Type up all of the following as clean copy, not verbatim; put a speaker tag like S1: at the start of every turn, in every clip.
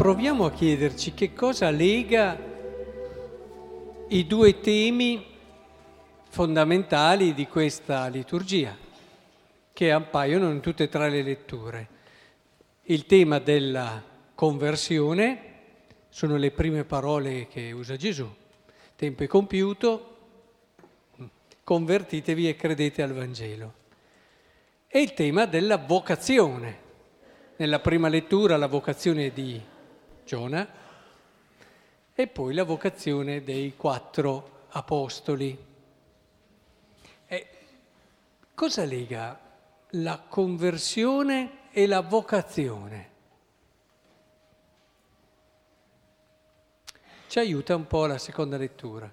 S1: proviamo a chiederci che cosa lega i due temi fondamentali di questa liturgia, che appaiono in tutte e tre le letture. Il tema della conversione, sono le prime parole che usa Gesù. Tempo è compiuto, convertitevi e credete al Vangelo. E il tema della vocazione. Nella prima lettura la vocazione di Giona e poi la vocazione dei 4 apostoli. Cosa lega la conversione e la vocazione? Ci aiuta un po' la seconda lettura.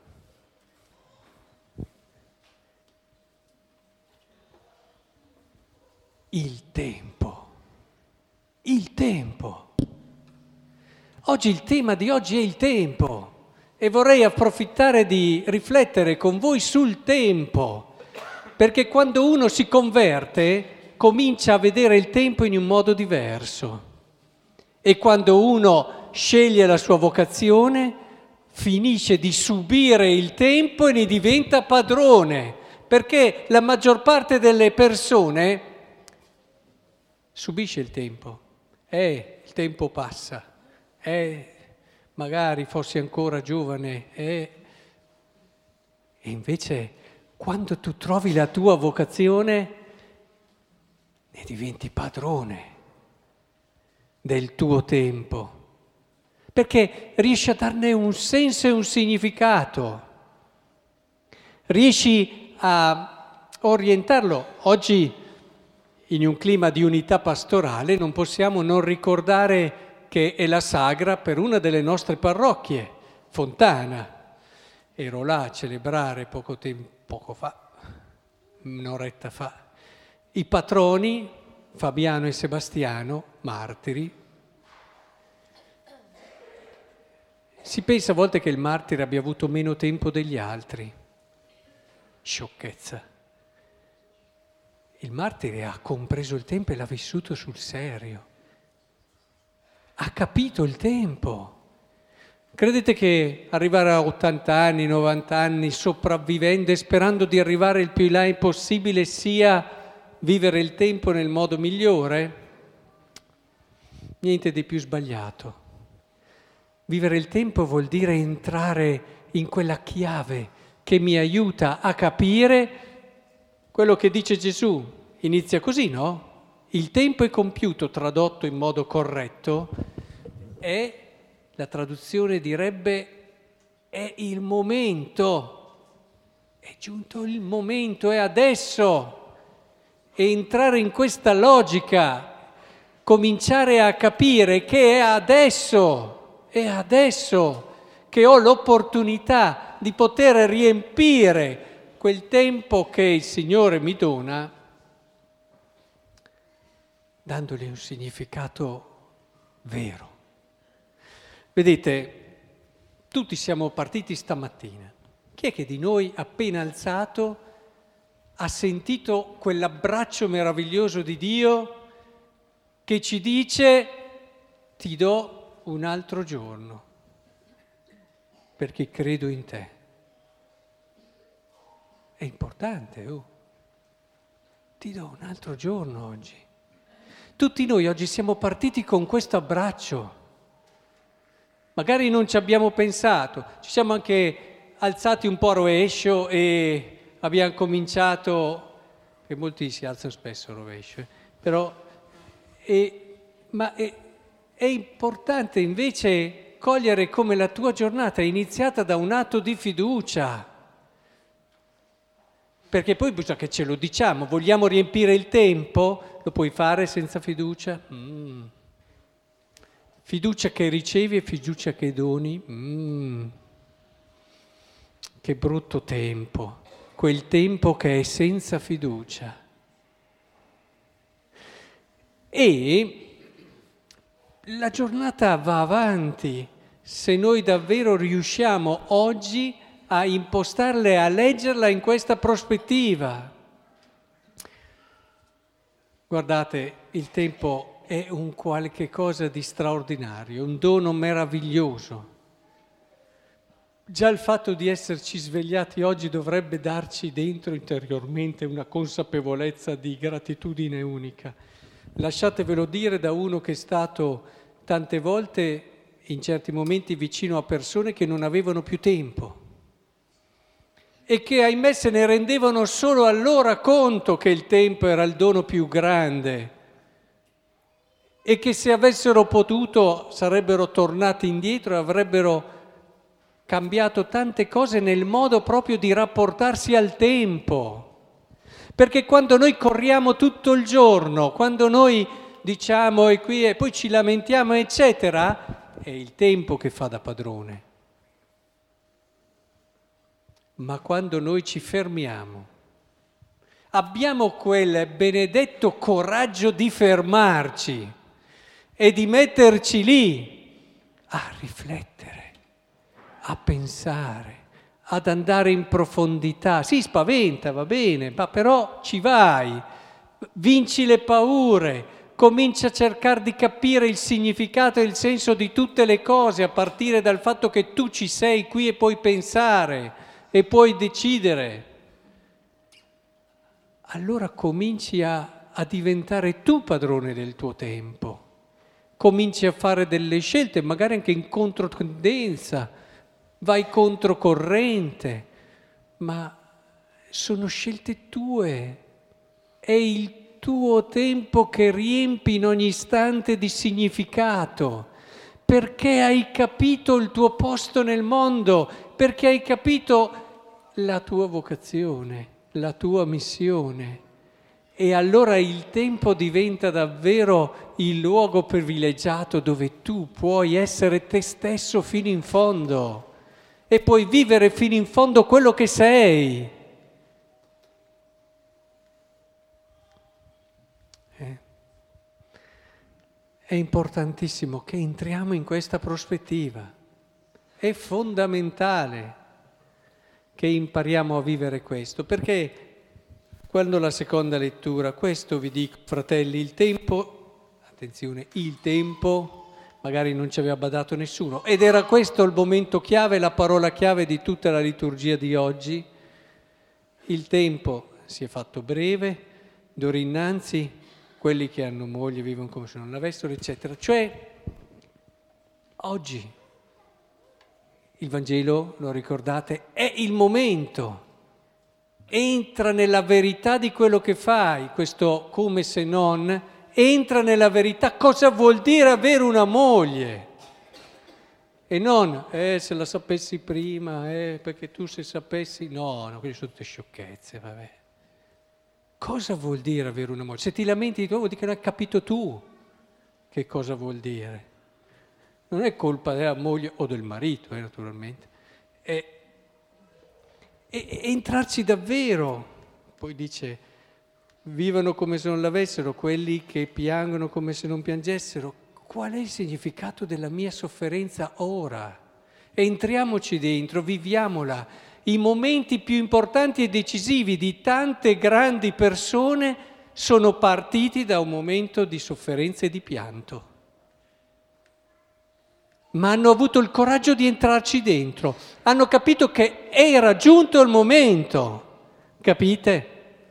S1: Il tempo. Il tempo. Oggi il tema di oggi è il tempo e vorrei approfittare di riflettere con voi sul tempo, perché quando uno si converte comincia a vedere il tempo in un modo diverso e quando uno sceglie la sua vocazione finisce di subire il tempo e ne diventa padrone, perché la maggior parte delle persone subisce il tempo. Il tempo passa, magari fossi ancora giovane, e invece quando tu trovi la tua vocazione ne diventi padrone del tuo tempo, perché riesci a darne un senso e un significato, riesci a orientarlo. Oggi in un clima di unità pastorale non possiamo non ricordare che è la sagra per una delle nostre parrocchie, Fontana. Ero là a celebrare poco fa, un'oretta fa, i patroni Fabiano e Sebastiano, martiri. Si pensa a volte che il martire abbia avuto meno tempo degli altri. Sciocchezza. Il martire ha compreso il tempo e l'ha vissuto sul serio. Ha capito il tempo. Credete che arrivare a 80 anni, 90 anni, sopravvivendo e sperando di arrivare il più in là possibile sia vivere il tempo nel modo migliore? Niente di più sbagliato. Vivere il tempo vuol dire entrare in quella chiave che mi aiuta a capire quello che dice Gesù. Inizia così, no? Il tempo è compiuto, tradotto in modo corretto, la traduzione direbbe è il momento, è giunto il momento, è adesso. E entrare in questa logica, cominciare a capire che è adesso che ho l'opportunità di poter riempire quel tempo che il Signore mi dona, dandogli un significato vero. Vedete, tutti siamo partiti stamattina. Chi è che di noi, appena alzato, ha sentito quell'abbraccio meraviglioso di Dio che ci dice: ti do un altro giorno, perché credo in te? È importante, Ti do un altro giorno oggi. Tutti noi oggi siamo partiti con questo abbraccio. Magari non ci abbiamo pensato, ci siamo anche alzati un po' a rovescio e abbiamo cominciato, che molti si alzano spesso a rovescio, però ma è importante invece cogliere come la tua giornata è iniziata da un atto di fiducia. Perché poi bisogna che ce lo diciamo, vogliamo riempire il tempo? Lo puoi fare senza fiducia? Fiducia che ricevi e fiducia che doni? Che brutto tempo, quel tempo che è senza fiducia. E la giornata va avanti se noi davvero riusciamo oggi a impostarla e a leggerla in questa prospettiva. Guardate, il tempo è un qualche cosa di straordinario, un dono meraviglioso. Già il fatto di esserci svegliati oggi dovrebbe darci dentro interiormente una consapevolezza di gratitudine unica. Lasciatevelo dire da uno che è stato tante volte in certi momenti vicino a persone che non avevano più tempo e che ahimè se ne rendevano solo allora conto che il tempo era il dono più grande e che se avessero potuto sarebbero tornati indietro e avrebbero cambiato tante cose nel modo proprio di rapportarsi al tempo. Perché quando noi corriamo tutto il giorno, quando noi diciamo e qui e poi ci lamentiamo eccetera, è il tempo che fa da padrone. Ma quando noi ci fermiamo, abbiamo quel benedetto coraggio di fermarci e di metterci lì a riflettere, a pensare, ad andare in profondità. Sì, spaventa, va bene, ma però ci vai, vinci le paure, comincia a cercare di capire il significato e il senso di tutte le cose, a partire dal fatto che tu ci sei qui e puoi pensare e puoi decidere. Allora cominci a diventare tu padrone del tuo tempo, cominci a fare delle scelte, magari anche in controtendenza, vai controcorrente, ma sono scelte tue, è il tuo tempo che riempi in ogni istante di significato, perché hai capito il tuo posto nel mondo, perché hai capito la tua vocazione, la tua missione. E allora il tempo diventa davvero il luogo privilegiato dove tu puoi essere te stesso fino in fondo e puoi vivere fino in fondo quello che sei. È importantissimo che entriamo in questa prospettiva. È fondamentale che impariamo a vivere questo, perché quando la seconda lettura, questo vi dico, fratelli, il tempo, attenzione, il tempo, magari non ci aveva badato nessuno, ed era questo il momento chiave, la parola chiave di tutta la liturgia di oggi. Il tempo si è fatto breve, d'ora innanzi quelli che hanno moglie vivono come se non l'avessero, eccetera. Cioè, oggi, il Vangelo, lo ricordate, è il momento. Entra nella verità di quello che fai, questo come se non, entra nella verità. Cosa vuol dire avere una moglie? E non, se la sapessi prima, perché tu se sapessi, no, quelle sono tutte sciocchezze, vabbè. Cosa vuol dire avere una moglie? Se ti lamenti di tu, vuol dire che non hai capito tu che cosa vuol dire. Non è colpa della moglie o del marito, naturalmente. E entrarci davvero. Poi dice, vivono come se non l'avessero, quelli che piangono come se non piangessero. Qual è il significato della mia sofferenza ora? Entriamoci dentro, viviamola. I momenti più importanti e decisivi di tante grandi persone sono partiti da un momento di sofferenza e di pianto. Ma hanno avuto il coraggio di entrarci dentro, hanno capito che era giunto il momento, capite?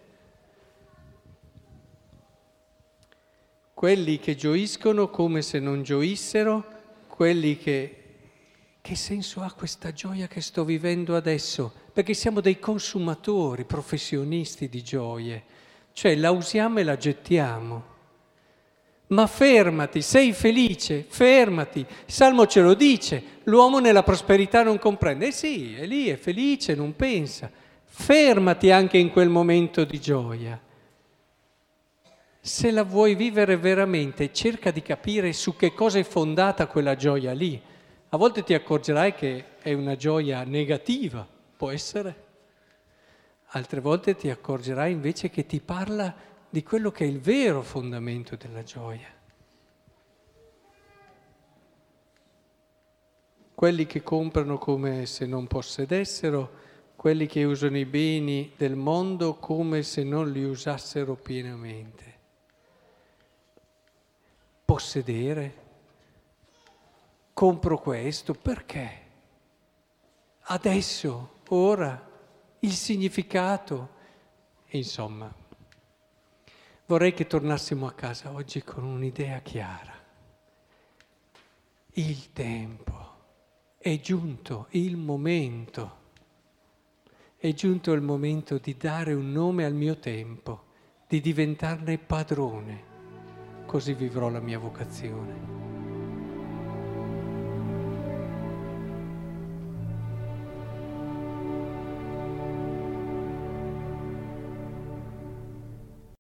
S1: Quelli che gioiscono come se non gioissero, quelli che senso ha questa gioia che sto vivendo adesso? Perché siamo dei consumatori, professionisti di gioie, cioè la usiamo e la gettiamo. Ma fermati, sei felice, fermati. Il Salmo ce lo dice, l'uomo nella prosperità non comprende. Sì, è lì, è felice, non pensa. Fermati anche in quel momento di gioia. Se la vuoi vivere veramente, cerca di capire su che cosa è fondata quella gioia lì. A volte ti accorgerai che è una gioia negativa, può essere. Altre volte ti accorgerai invece che ti parla di quello che è il vero fondamento della gioia. Quelli che comprano come se non possedessero, quelli che usano i beni del mondo come se non li usassero pienamente. possedere, compro questo, perché? Adesso, ora, il significato. Insomma, vorrei che tornassimo a casa oggi con un'idea chiara. Il tempo, è giunto il momento, è giunto il momento di dare un nome al mio tempo, di diventarne padrone, così vivrò la mia vocazione.